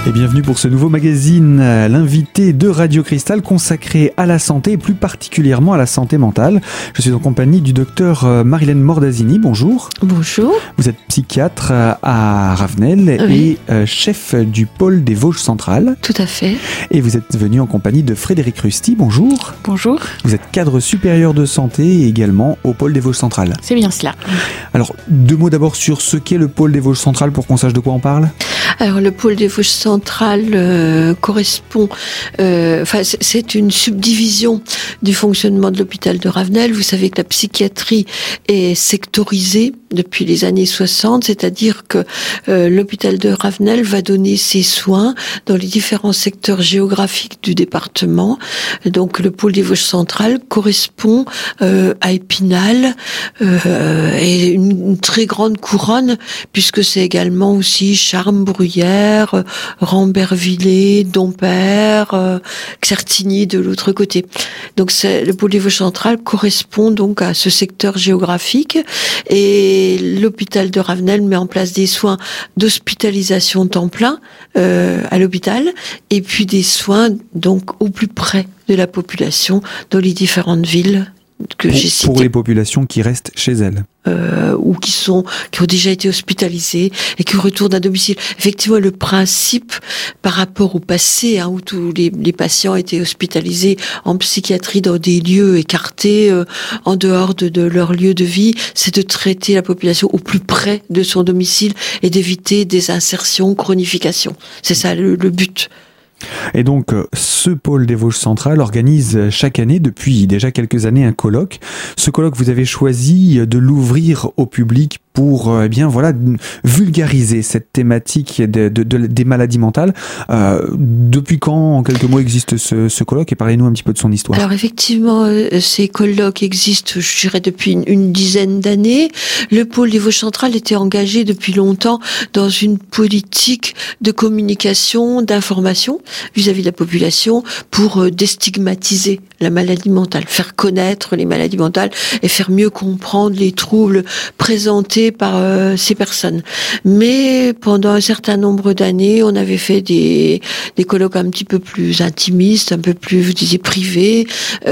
Et bienvenue pour ce nouveau magazine, l'invité de Radio Cristal consacré à la santé et plus particulièrement à la santé mentale. Je suis en compagnie du docteur Marilène Mordasini. Bonjour. Bonjour. Vous êtes psychiatre à Ravenel Oui. et chef du pôle des Vosges centrales. Tout à fait. Et vous êtes venu en compagnie de Frédéric Rusty. Bonjour. Bonjour. Vous êtes cadre supérieur de santé et également au pôle des Vosges centrales. C'est bien cela. Alors, deux mots d'abord sur ce qu'est le pôle des Vosges centrales pour qu'on sache de quoi on parle. Alors le pôle des Vosges centrales correspond, c'est une subdivision du fonctionnement de l'hôpital de Ravenel. Vous savez que la psychiatrie est sectorisée depuis les années 60, c'est-à-dire que l'hôpital de Ravenel va donner ses soins dans les différents secteurs géographiques du département. Donc le pôle des Vosges centrales correspond à Épinal et une très grande couronne, puisque c'est également aussi Charmes, Bruyères, Rambervillers, Dompère, Certigny de l'autre côté. Donc le pôle des Vosges centrales correspond donc à ce secteur géographique, et l'hôpital de Ravenel met en place des soins d'hospitalisation temps plein à l'hôpital, et puis des soins donc au plus près de la population dans les différentes villes que j'ai citées. Pour les populations qui restent chez elles. Ou qui ont déjà été hospitalisés et qui retournent à domicile. Effectivement, le principe par rapport au passé, où tous les patients étaient hospitalisés en psychiatrie dans des lieux écartés, en dehors de leur lieu de vie, c'est de traiter la population au plus près de son domicile et d'éviter des insertions, chronifications. C'est ça le but. Et donc, ce pôle des Vosges centrales organise chaque année, depuis déjà quelques années, un colloque. Ce colloque, vous avez choisi de l'ouvrir au public pour vulgariser cette thématique des maladies mentales. Depuis quand, en quelques mots, existe ce colloque, et parlez-nous un petit peu de son histoire. Alors effectivement, ces colloques existent, je dirais, depuis une dizaine d'années. Le pôle des Vosges centrales était engagé depuis longtemps dans une politique de communication, d'information vis-à-vis de la population pour déstigmatiser la maladie mentale, faire connaître les maladies mentales et faire mieux comprendre les troubles présentés par ces personnes. Mais pendant un certain nombre d'années, on avait fait des colloques un petit peu plus intimistes, un peu plus, je disais, privés,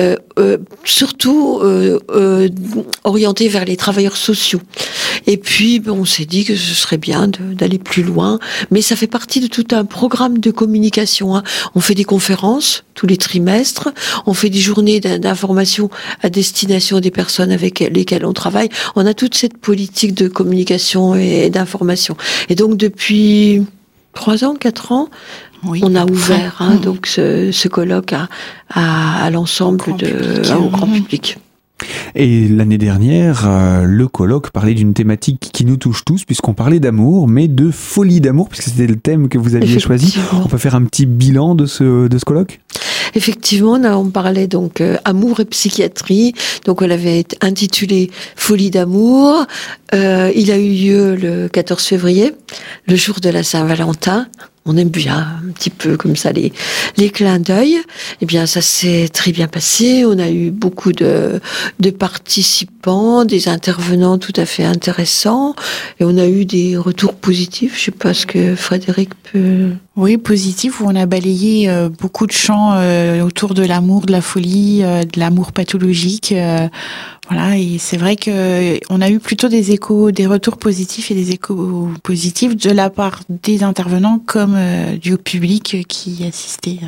surtout orientés vers les travailleurs sociaux. Et puis, on s'est dit que ce serait bien d'aller plus loin, mais ça fait partie de tout un programme de communication. On fait des conférences tous les trimestres, on fait des journées d'information à destination des personnes avec lesquelles on travaille. On a toute cette politique de communication et d'information. Et donc, depuis 3 ans, 4 ans, oui, on a ouvert donc ce colloque à l'ensemble au grand public. Et l'année dernière, le colloque parlait d'une thématique qui nous touche tous, puisqu'on parlait d'amour, mais de folie d'amour, puisque c'était le thème que vous aviez choisi. On peut faire un petit bilan de ce colloque ? Effectivement, on parlait donc amour et psychiatrie. Donc on l'avait intitulé Folie d'amour. Il a eu lieu le 14 février, le jour de la Saint-Valentin. On aime bien un petit peu comme ça les clins d'œil. Eh bien, ça s'est très bien passé. On a eu beaucoup de participants, des intervenants tout à fait intéressants, et on a eu des retours positifs. Je sais pas ce que Frédéric peut... Oui, positif, où on a balayé beaucoup de champs autour de l'amour, de la folie, de l'amour pathologique. Voilà, et c'est vrai que on a eu plutôt des retours positifs et des échos positifs de la part des intervenants comme du public qui assistait.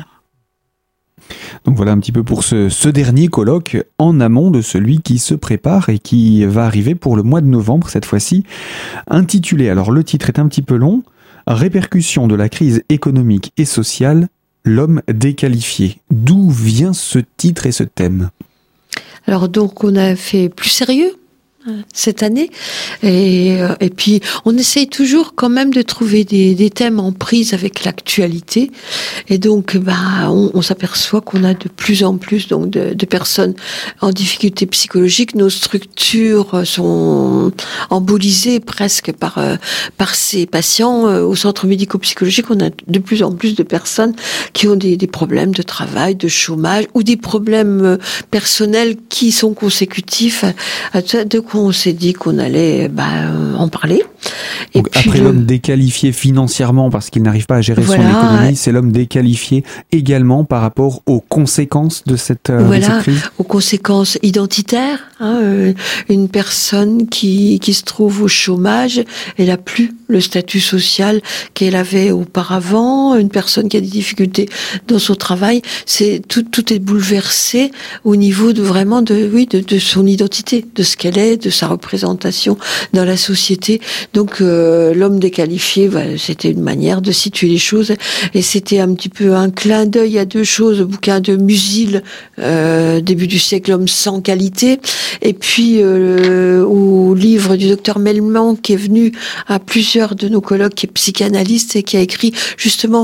Donc voilà un petit peu pour ce dernier colloque en amont de celui qui se prépare et qui va arriver pour le mois de novembre cette fois-ci, intitulé, alors le titre est un petit peu long, Répercussions de la crise économique et sociale, l'homme déqualifié. D'où vient ce titre et ce thème ? Alors donc on a fait plus sérieux cette année, et puis on essaye toujours quand même de trouver des thèmes en prise avec l'actualité, et donc on s'aperçoit qu'on a de plus en plus donc de personnes en difficulté psychologique. Nos structures sont embolisées presque par ces patients. Au centre médico-psychologique, on a de plus en plus de personnes qui ont des problèmes de travail, de chômage, ou des problèmes personnels qui sont consécutifs à donc on s'est dit qu'on allait en parler. Donc après l'homme déqualifié financièrement parce qu'il n'arrive pas à gérer son économie, c'est l'homme déqualifié également par rapport aux conséquences de cette crise. Aux conséquences identitaires. Une personne qui se trouve au chômage, elle n'a plus le statut social qu'elle avait auparavant. Une personne qui a des difficultés dans son travail, tout est bouleversé au niveau de son identité, de ce qu'elle est, de sa représentation dans la société. Donc l'homme déqualifié, c'était une manière de situer les choses, et c'était un petit peu un clin d'œil à deux choses. Le bouquin de Musil, début du siècle, L'homme sans qualité, et puis au livre du docteur Melman, qui est venu à plusieurs de nos colloques, qui est psychanalyste et qui a écrit justement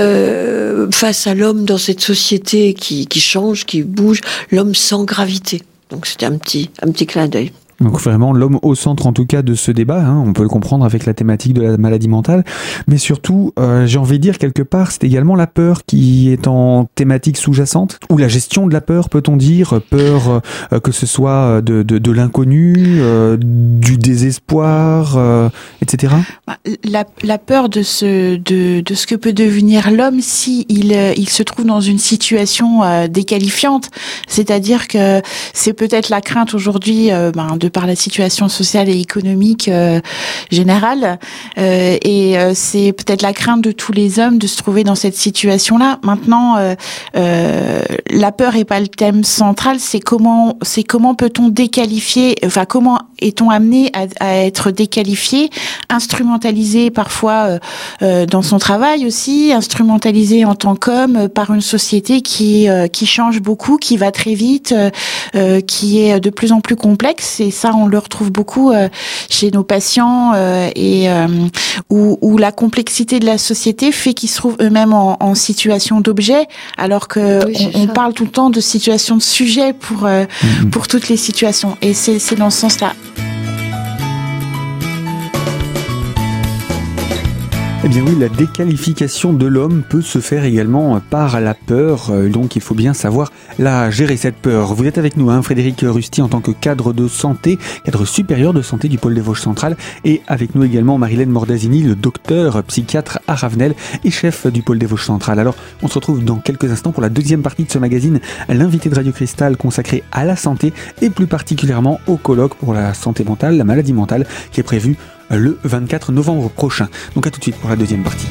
face à l'homme dans cette société qui change, qui bouge, l'homme sans gravité. Donc c'était un petit clin d'œil. Donc vraiment l'homme au centre en tout cas de ce débat, on peut le comprendre avec la thématique de la maladie mentale, mais surtout j'ai envie de dire quelque part c'est également la peur qui est en thématique sous-jacente, ou la gestion de la peur, peut-on dire, peur que ce soit de l'inconnu, du désespoir, etc. La peur de ce que peut devenir l'homme si il se trouve dans une situation déqualifiante, c'est-à-dire que c'est peut-être la crainte aujourd'hui de par la situation sociale et économique générale, et c'est peut-être la crainte de tous les hommes de se trouver dans cette situation-là. Maintenant, la peur est pas le thème central, c'est comment peut-on déqualifier, comment est-on amené à être déqualifié, instrumentalisé parfois dans son travail aussi, instrumentalisé en tant qu'homme par une société qui change beaucoup, qui va très vite, qui est de plus en plus complexe, et ça on le retrouve beaucoup chez nos patients, où la complexité de la société fait qu'ils se trouvent eux-mêmes en situation d'objet, alors que on parle tout le temps de situation de sujet pour toutes les situations, et c'est dans ce sens-là. Eh bien oui, la déqualification de l'homme peut se faire également par la peur, donc il faut bien savoir la gérer, cette peur. Vous êtes avec nous, Frédéric Rusty, en tant que cadre de santé, cadre supérieur de santé du pôle des Vosges centrales, et avec nous également Marilène Mordasini, le docteur psychiatre à Ravenel et chef du pôle des Vosges centrales. Alors, on se retrouve dans quelques instants pour la deuxième partie de ce magazine, l'invité de Radio Cristal consacré à la santé et plus particulièrement au colloque pour la santé mentale, la maladie mentale, qui est prévu le 24 novembre prochain. Donc à tout de suite pour la deuxième partie.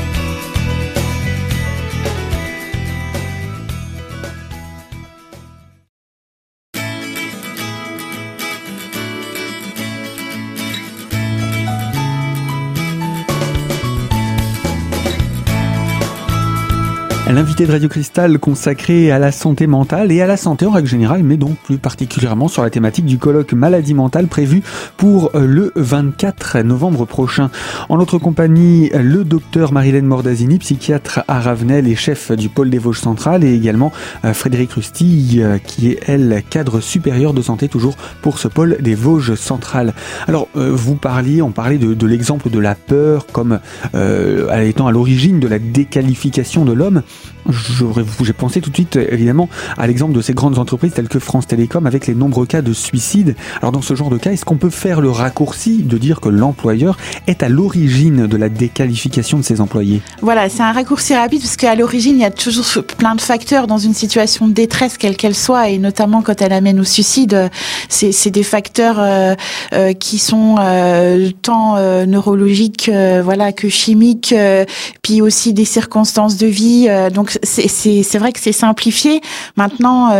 L'invité de Radio Cristal consacré à la santé mentale et à la santé en règle générale, mais donc plus particulièrement sur la thématique du colloque maladie mentale prévu pour le 24 novembre prochain. En notre compagnie, le docteur Marilène Mordasini, psychiatre à Ravenel et chef du pôle des Vosges centrales, et également Frédéric Rusty, qui est, elle, cadre supérieur de santé toujours pour ce pôle des Vosges centrales. Alors, on parlait de l'exemple de la peur comme étant à l'origine de la déqualification de l'homme. J'ai pensé tout de suite évidemment à l'exemple de ces grandes entreprises telles que France Télécom avec les nombreux cas de suicide. Alors dans ce genre de cas, est-ce qu'on peut faire le raccourci de dire que l'employeur est à l'origine de la déqualification de ses employés ? Voilà, c'est un raccourci rapide parce qu'à l'origine, il y a toujours plein de facteurs dans une situation de détresse, quelle qu'elle soit, et notamment quand elle amène au suicide, c'est des facteurs qui sont tant neurologiques que chimiques, puis aussi des circonstances de vie. Donc c'est vrai que c'est simplifié. Maintenant,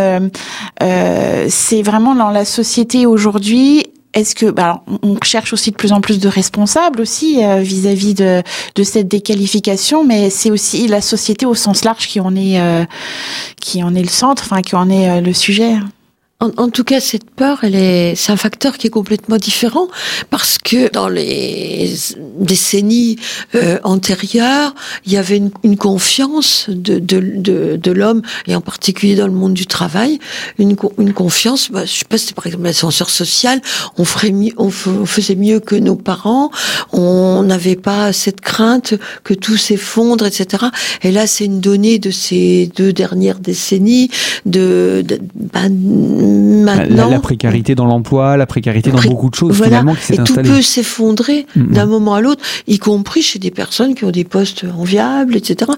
c'est vraiment dans la société aujourd'hui. Est-ce que on cherche aussi de plus en plus de responsables aussi vis-à-vis de cette déqualification, mais c'est aussi la société au sens large qui en est le centre, qui en est le sujet. En tout cas, cette peur, c'est un facteur qui est complètement différent, parce que dans les décennies antérieures, il y avait une confiance de l'homme, et en particulier dans le monde du travail, une confiance. Je sais pas, c'était par exemple l'ascenseur social. On faisait mieux que nos parents. On n'avait pas cette crainte que tout s'effondre, etc. Et là, c'est une donnée de ces 2 dernières décennies maintenant, la précarité dans l'emploi, la précarité dans beaucoup de choses finalement qui s'est installée. Et tout peut s'effondrer d'un moment à l'autre, y compris chez des personnes qui ont des postes enviables, etc.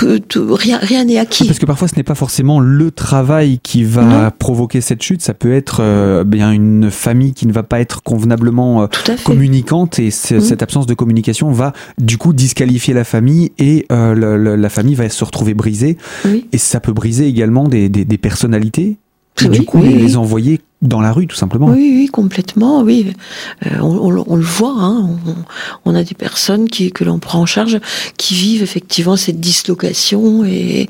Rien n'est acquis. Parce que parfois ce n'est pas forcément le travail qui va provoquer cette chute, ça peut être bien une famille qui ne va pas être convenablement communicante, et cette absence de communication va du coup disqualifier la famille, et la famille va se retrouver brisée, et ça peut briser également des personnalités, et du coup les envoyer dans la rue tout simplement. Oui, complètement, oui. On le voit, hein. On a des personnes que l'on prend en charge qui vivent effectivement cette dislocation et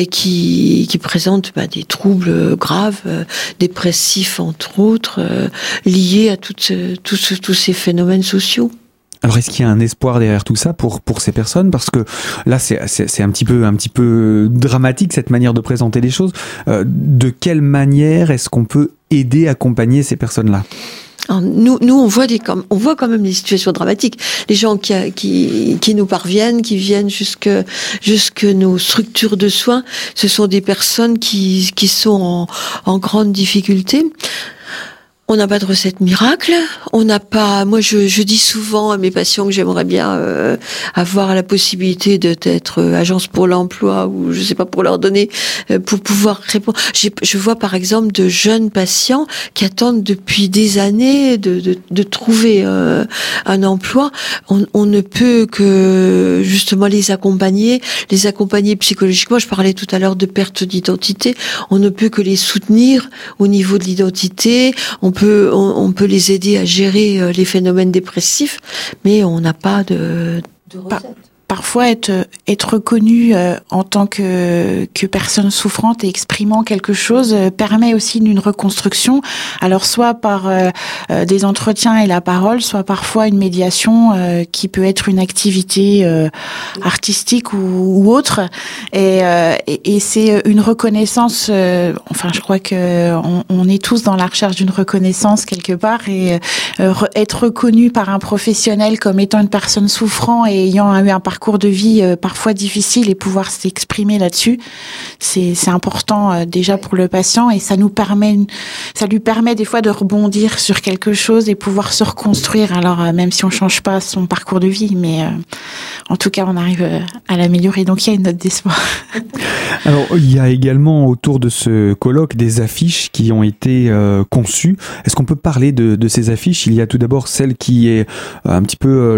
qui présentent des troubles graves, dépressifs entre autres, liés à tous ces phénomènes sociaux. Alors est-ce qu'il y a un espoir derrière tout ça pour ces personnes? Parce que là c'est un petit peu dramatique cette manière de présenter les choses. De quelle manière est-ce qu'on peut aider, accompagner ces personnes-là? Alors nous on voit quand même des situations dramatiques. Les gens qui nous parviennent, qui viennent jusque nos structures de soins, ce sont des personnes qui sont en grande difficulté. On n'a pas de recette miracle, on n'a pas. Moi, je dis souvent à mes patients que j'aimerais bien avoir la possibilité d'être agence pour l'emploi, ou je sais pas, pour leur donner, pour pouvoir répondre. Je vois par exemple de jeunes patients qui attendent depuis des années de trouver un emploi. On ne peut que justement les accompagner psychologiquement. Je parlais tout à l'heure de perte d'identité. On ne peut que les soutenir au niveau de l'identité. On peut les aider à gérer les phénomènes dépressifs, mais on n'a pas de recette. Parfois, être reconnu en tant que personne souffrante et exprimant quelque chose permet aussi une reconstruction. Alors, soit par des entretiens et la parole, soit parfois une médiation qui peut être une activité artistique ou autre. Et c'est une reconnaissance. Je crois que on est tous dans la recherche d'une reconnaissance quelque part, et être reconnu par un professionnel comme étant une personne souffrant et ayant eu un parcours de vie parfois difficile, et pouvoir s'exprimer là-dessus, c'est important déjà pour le patient, et ça lui permet des fois de rebondir sur quelque chose et pouvoir se reconstruire. Alors même si on change pas son parcours de vie, mais en tout cas on arrive à l'améliorer. Donc il y a une note d'espoir. Alors il y a également autour de ce colloque des affiches qui ont été conçues. Est-ce qu'on peut parler de ces affiches? Il y a tout d'abord celle qui est un petit peu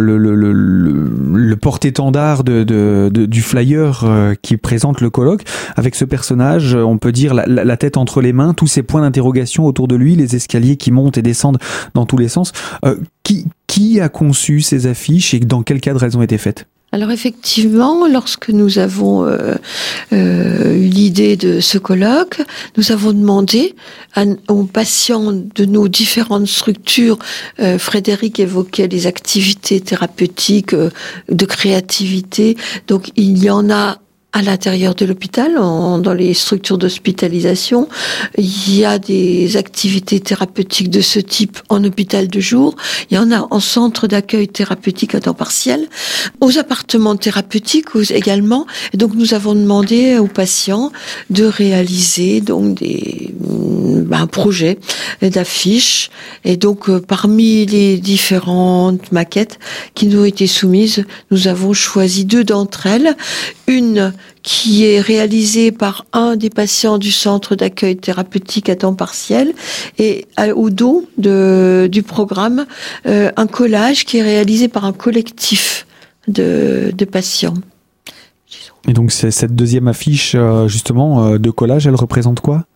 le porte-étendard du flyer qui présente le colloque, avec ce personnage, on peut dire la tête entre les mains, tous ces points d'interrogation autour de lui, les escaliers qui montent et descendent dans tous les sens. Qui a conçu ces affiches et dans quel cadre elles ont été faites? Alors effectivement, lorsque nous avons eu l'idée de ce colloque, nous avons demandé aux patients de nos différentes structures, Frédéric évoquait les activités thérapeutiques, de créativité, donc il y en a à l'intérieur de l'hôpital, dans les structures d'hospitalisation. Il y a des activités thérapeutiques de ce type en hôpital de jour. Il y en a en centre d'accueil thérapeutique à temps partiel, aux appartements thérapeutiques également. Et donc, nous avons demandé aux patients de réaliser donc un projet d'affiches. Et donc, parmi les différentes maquettes qui nous ont été soumises, nous avons choisi 2 d'entre elles. Une qui est réalisée par un des patients du centre d'accueil thérapeutique à temps partiel, et au dos du programme, un collage qui est réalisé par un collectif de patients. Et donc cette deuxième affiche justement de collage, elle représente quoi?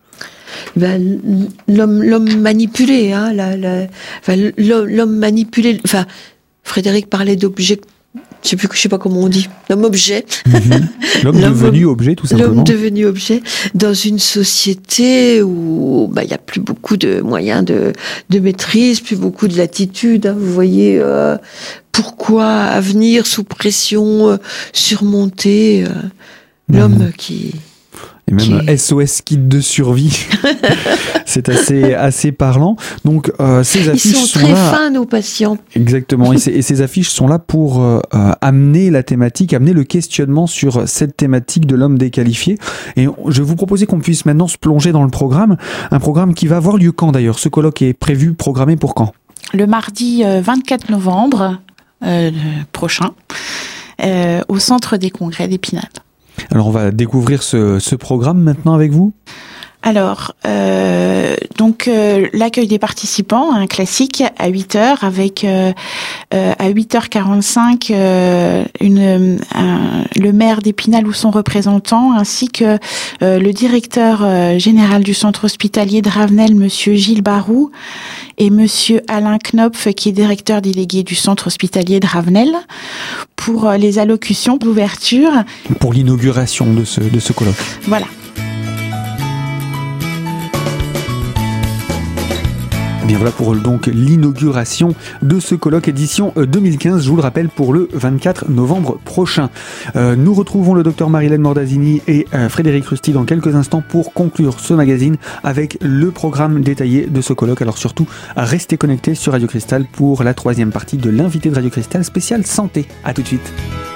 L'homme manipulé, hein, l'homme manipulé. Enfin, Frédéric parlait d'objets. Je sais pas comment on dit, l'homme-objet. L'homme devenu objet, tout simplement. L'homme devenu objet dans une société où il y a plus beaucoup de moyens de maîtrise, plus beaucoup de latitude. Hein, vous voyez pourquoi avenir sous pression, surmonter l'homme qui... Et même SOS kit de survie. C'est assez parlant. Donc, ces affiches sont très fins, nos patients. Exactement. Et ces affiches sont là pour amener la thématique, amener le questionnement sur cette thématique de l'homme déqualifié. Et je vais vous proposer qu'on puisse maintenant se plonger dans le programme. Un programme qui va avoir lieu quand d'ailleurs? Ce colloque est programmé pour quand? Le mardi 24 novembre prochain, au Centre des Congrès d'Épinal. Alors on va découvrir ce programme maintenant avec vous. Alors, l'accueil des participants, un classique à 8h avec à 8h45 le maire d'Épinal ou son représentant, ainsi que le directeur général du centre hospitalier de Ravenel, monsieur Gilles Barou, et monsieur Alain Knopf, qui est directeur délégué du centre hospitalier de Ravenel, pour les allocutions d'ouverture. Pour l'inauguration de ce colloque. Voilà. Bien voilà pour donc l'inauguration de ce colloque édition 2015, je vous le rappelle, pour le 24 novembre prochain. Nous retrouvons le docteur Marie-Hélène Mordasini et Frédéric Rusty dans quelques instants pour conclure ce magazine avec le programme détaillé de ce colloque. Alors surtout, restez connectés sur Radio Cristal pour la 3e partie de l'invité de Radio Cristal spécial santé. À tout de suite.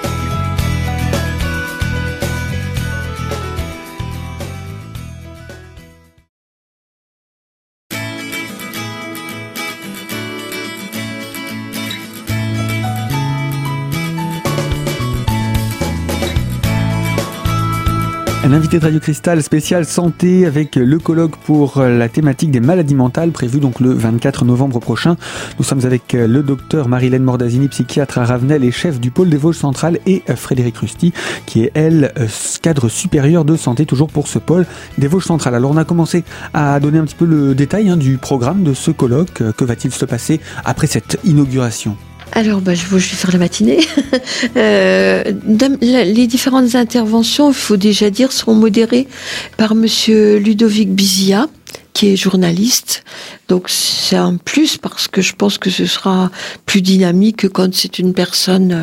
L'invité de Radio Cristal spécial santé avec le colloque pour la thématique des maladies mentales prévu donc le 24 novembre prochain. Nous sommes avec le docteur Marie-Hélène Mordasini, psychiatre à Ravenel et chef du pôle des Vosges centrales, et Frédéric Rusty qui est cadre supérieur de santé toujours pour ce pôle des Vosges centrales. Alors on a commencé à donner un petit peu le détail du programme de ce colloque. Que va-t-il se passer après cette inauguration ? Alors, je vais faire la matinée. Les différentes interventions, il faut déjà dire, seront modérées par monsieur Ludovic Bizia, qui est journaliste. Donc, c'est un plus parce que je pense que ce sera plus dynamique que quand c'est une personne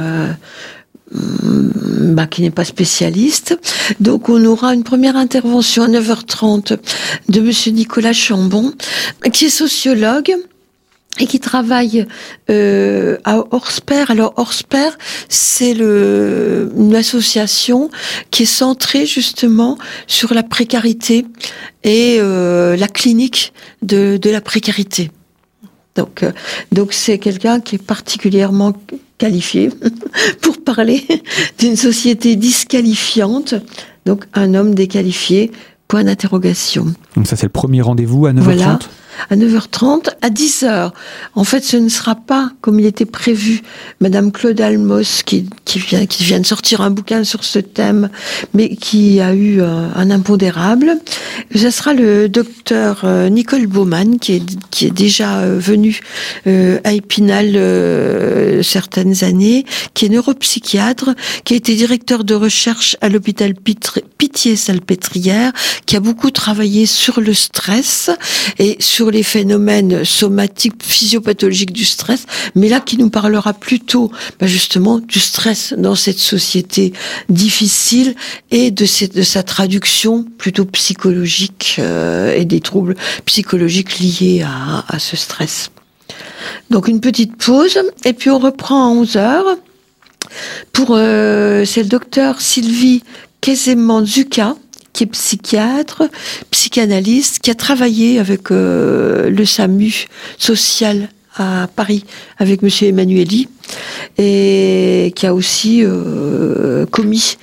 qui n'est pas spécialiste. Donc, on aura une première intervention à 9h30 de monsieur Nicolas Chambon, qui est sociologue et qui travaille à Orsper. Alors Orsper, c'est une association qui est centrée justement sur la précarité et la clinique de la précarité. Donc c'est quelqu'un qui est particulièrement qualifié pour parler d'une société disqualifiante. Donc un homme déqualifié, point d'interrogation. Donc ça c'est le premier rendez-vous à 9h30. Voilà. À 9h30, à 10h. En fait, ce ne sera pas comme il était prévu. Madame Claude Almos, qui vient de sortir un bouquin sur ce thème, mais qui a eu un impondérable. Ce sera le docteur Nicole Baumann, qui est déjà venu à Épinal certaines années, qui est neuropsychiatre, qui a été directeur de recherche à l'hôpital Pitié-Salpêtrière, qui a beaucoup travaillé sur le stress et sur les phénomènes somatiques, physiopathologiques du stress, mais là qui nous parlera plutôt justement du stress dans cette société difficile et de sa traduction plutôt psychologique et des troubles psychologiques liés à ce stress. Donc une petite pause et puis on reprend à 11h c'est le docteur Sylvie Kézéman-Zuka, qui est psychiatre, psychanalyste, qui a travaillé avec le SAMU social à Paris avec monsieur Emmanueli et qui a aussi commis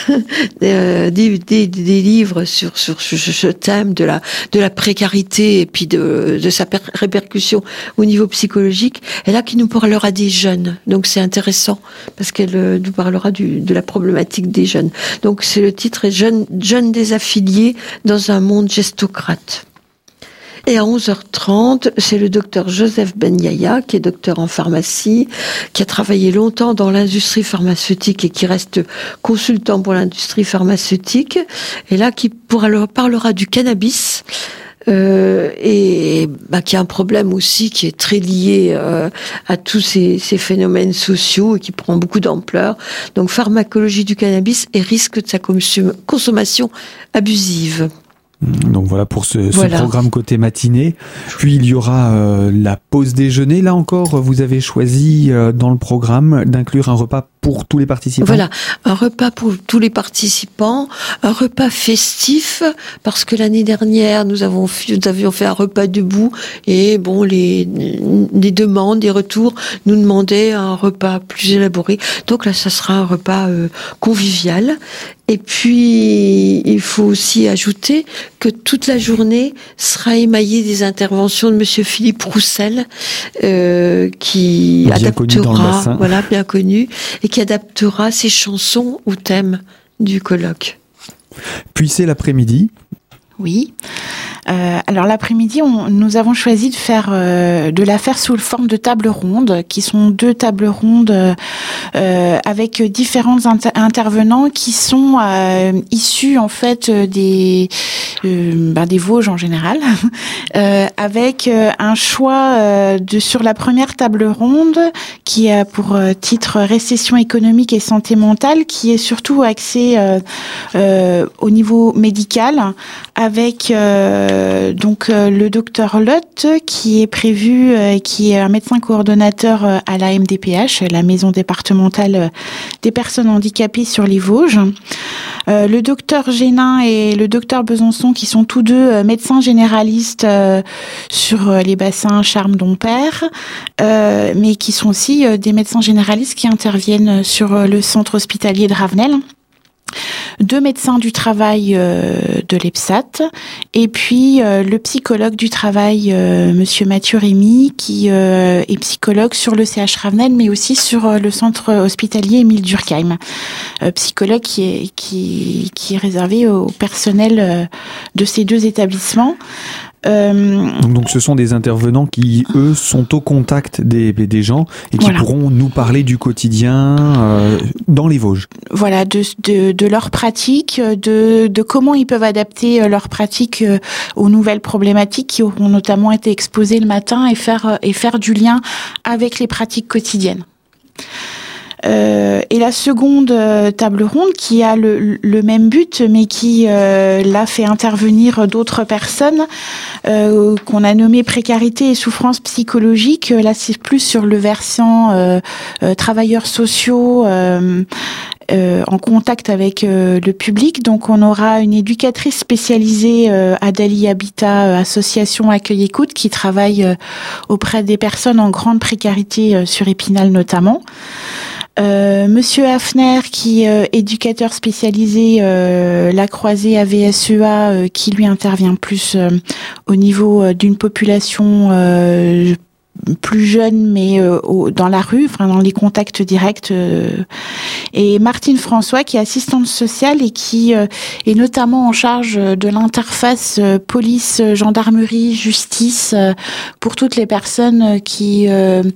des livres sur ce thème de la précarité et puis de sa répercussion au niveau psychologique, et là qui nous parlera des jeunes. Donc c'est intéressant parce qu'elle nous parlera de la problématique des jeunes. Donc c'est le titre est jeunes désaffiliés dans un monde gestocrate. Et à 11h30, c'est le docteur Joseph Benyaya, qui est docteur en pharmacie, qui a travaillé longtemps dans l'industrie pharmaceutique et qui reste consultant pour l'industrie pharmaceutique. Et là, qui parlera du cannabis et qui a un problème aussi qui est très lié à tous ces phénomènes sociaux et qui prend beaucoup d'ampleur. Donc pharmacologie du cannabis et risque de sa consommation abusive. Donc voilà pour ce programme côté matinée. Puis il y aura la pause déjeuner. Là encore, vous avez choisi dans le programme d'inclure un repas pour tous les participants. Voilà, un repas pour tous les participants, un repas festif, parce que l'année dernière, nous avions fait un repas debout, et bon, les demandes, les retours nous demandaient un repas plus élaboré. Donc là, ça sera un repas convivial. Et puis, il faut aussi ajouter que toute la journée sera émaillée des interventions de Monsieur Philippe Roussel, qui bien adaptera, connu dans le bassin. Voilà, bien connu, et qui adaptera ses chansons au thème du colloque. Puis c'est l'après-midi. Oui. Alors l'après-midi, nous avons choisi de la faire sous forme de table ronde, qui sont 2 tables rondes avec différents intervenants qui sont issus en fait des Vosges en général, avec un choix sur la première table ronde qui a pour titre récession économique et santé mentale, qui est surtout axé au niveau médical, avec le docteur Lotte qui est prévu, qui est un médecin coordonnateur à la MDPH, la maison départementale des personnes handicapées sur les Vosges. Le docteur Génin et le docteur Besançon qui sont tous deux médecins généralistes sur les bassins Charmes-Dompère, mais qui sont aussi des médecins généralistes qui interviennent sur le centre hospitalier de Ravenel. 2 médecins du travail de l'EPSAT, et puis le psychologue du travail, Monsieur Mathieu Rémy, qui est psychologue sur le CH Ravenel, mais aussi sur le centre hospitalier Émile Durkheim. Psychologue qui est réservé au personnel de ces 2 établissements. Donc ce sont des intervenants qui, eux, sont au contact des gens et qui pourront nous parler du quotidien dans les Vosges. Voilà, de leur pratique, de comment ils peuvent adapter leur pratique aux nouvelles problématiques qui auront notamment été exposées le matin, et faire du lien avec les pratiques quotidiennes. Et la seconde table ronde qui a le même but, mais qui là fait intervenir d'autres personnes qu'on a nommé précarité et souffrance psychologique. Là, c'est plus sur le versant travailleurs sociaux en contact avec le public. Donc on aura une éducatrice spécialisée Adali Habitat Association Accueil Écoute, qui travaille auprès des personnes en grande précarité sur Épinal notamment. Monsieur Hafner, qui est éducateur spécialisé La Croisée AVSEA, qui lui intervient plus au niveau d'une population plus jeune, mais dans la rue, enfin dans les contacts directs. Et Martine François, qui est assistante sociale et qui est notamment en charge de l'interface police, gendarmerie, justice pour toutes les personnes qui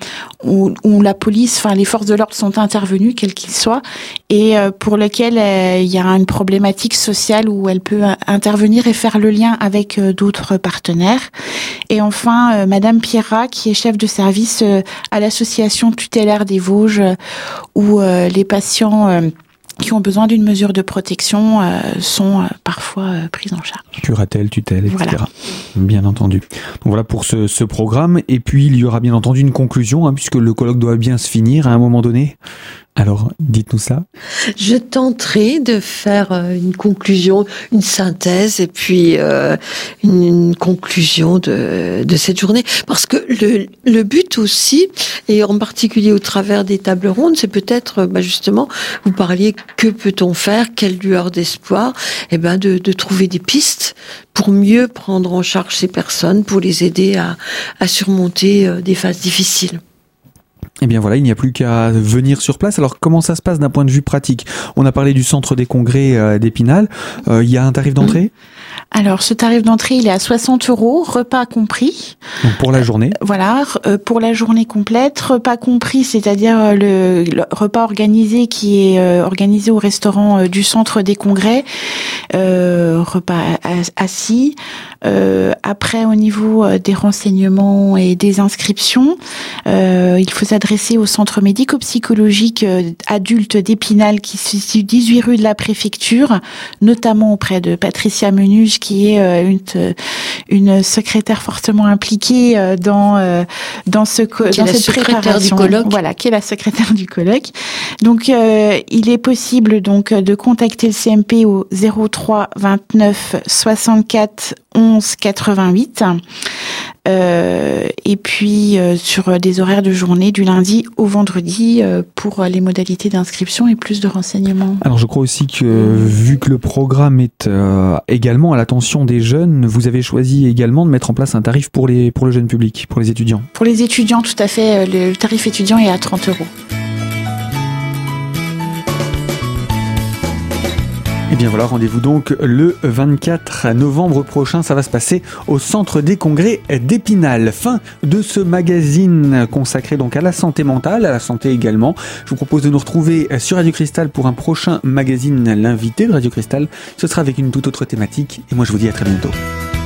où la police, enfin les forces de l'ordre sont intervenues, quels qu'ils soient, et pour lesquels il y a une problématique sociale où elle peut intervenir et faire le lien avec d'autres partenaires. Et enfin, Madame Pierrat, qui est chef de service à l'association tutélaire des Vosges, où les patients qui ont besoin d'une mesure de protection sont parfois pris en charge. Curatelle, tutelle, etc. Voilà. Bien entendu. Donc voilà pour ce programme. Et puis il y aura bien entendu une conclusion, puisque le colloque doit bien se finir à un moment donné. Alors, dites-nous ça. Je tenterai de faire une conclusion, une synthèse, et puis une conclusion de cette journée. Parce que le but aussi, et en particulier au travers des tables rondes, c'est peut-être, justement, vous parliez, que peut-on faire, quelle lueur d'espoir, de trouver des pistes pour mieux prendre en charge ces personnes, pour les aider à surmonter des phases difficiles. Eh bien voilà, il n'y a plus qu'à venir sur place. Alors comment ça se passe d'un point de vue pratique ? On a parlé du centre des congrès d'Épinal. Il y a un tarif d'entrée ? Alors, ce tarif d'entrée, il est à 60 €, repas compris. Donc pour la journée. Voilà, pour la journée complète, repas compris, c'est-à-dire le repas organisé qui est organisé au restaurant du centre des congrès, repas assis. Après, au niveau des renseignements et des inscriptions, il faut s'adresser au centre médico-psychologique adulte d'Épinal qui se situe 18 rue de la Préfecture, notamment auprès de Patricia Menuge, qui est une secrétaire fortement impliquée dans cette préparation. Du colloque. Voilà, qui est la secrétaire du colloque. Donc, il est possible donc de contacter le CMP au 03 29 64 11 88. Et puis sur des horaires de journée du lundi au vendredi pour les modalités d'inscription et plus de renseignements. Alors je crois aussi que vu que le programme est également à l'attention des jeunes, vous avez choisi également de mettre en place un tarif pour le jeune public, pour les étudiants. Pour les étudiants, tout à fait, le tarif étudiant est à 30 €. Et bien voilà, rendez-vous donc le 24 novembre prochain, ça va se passer au Centre des Congrès d'Épinal. Fin de ce magazine consacré donc à la santé mentale, à la santé également. Je vous propose de nous retrouver sur Radio Cristal pour un prochain magazine, l'invité de Radio Cristal. Ce sera avec une toute autre thématique et moi je vous dis à très bientôt.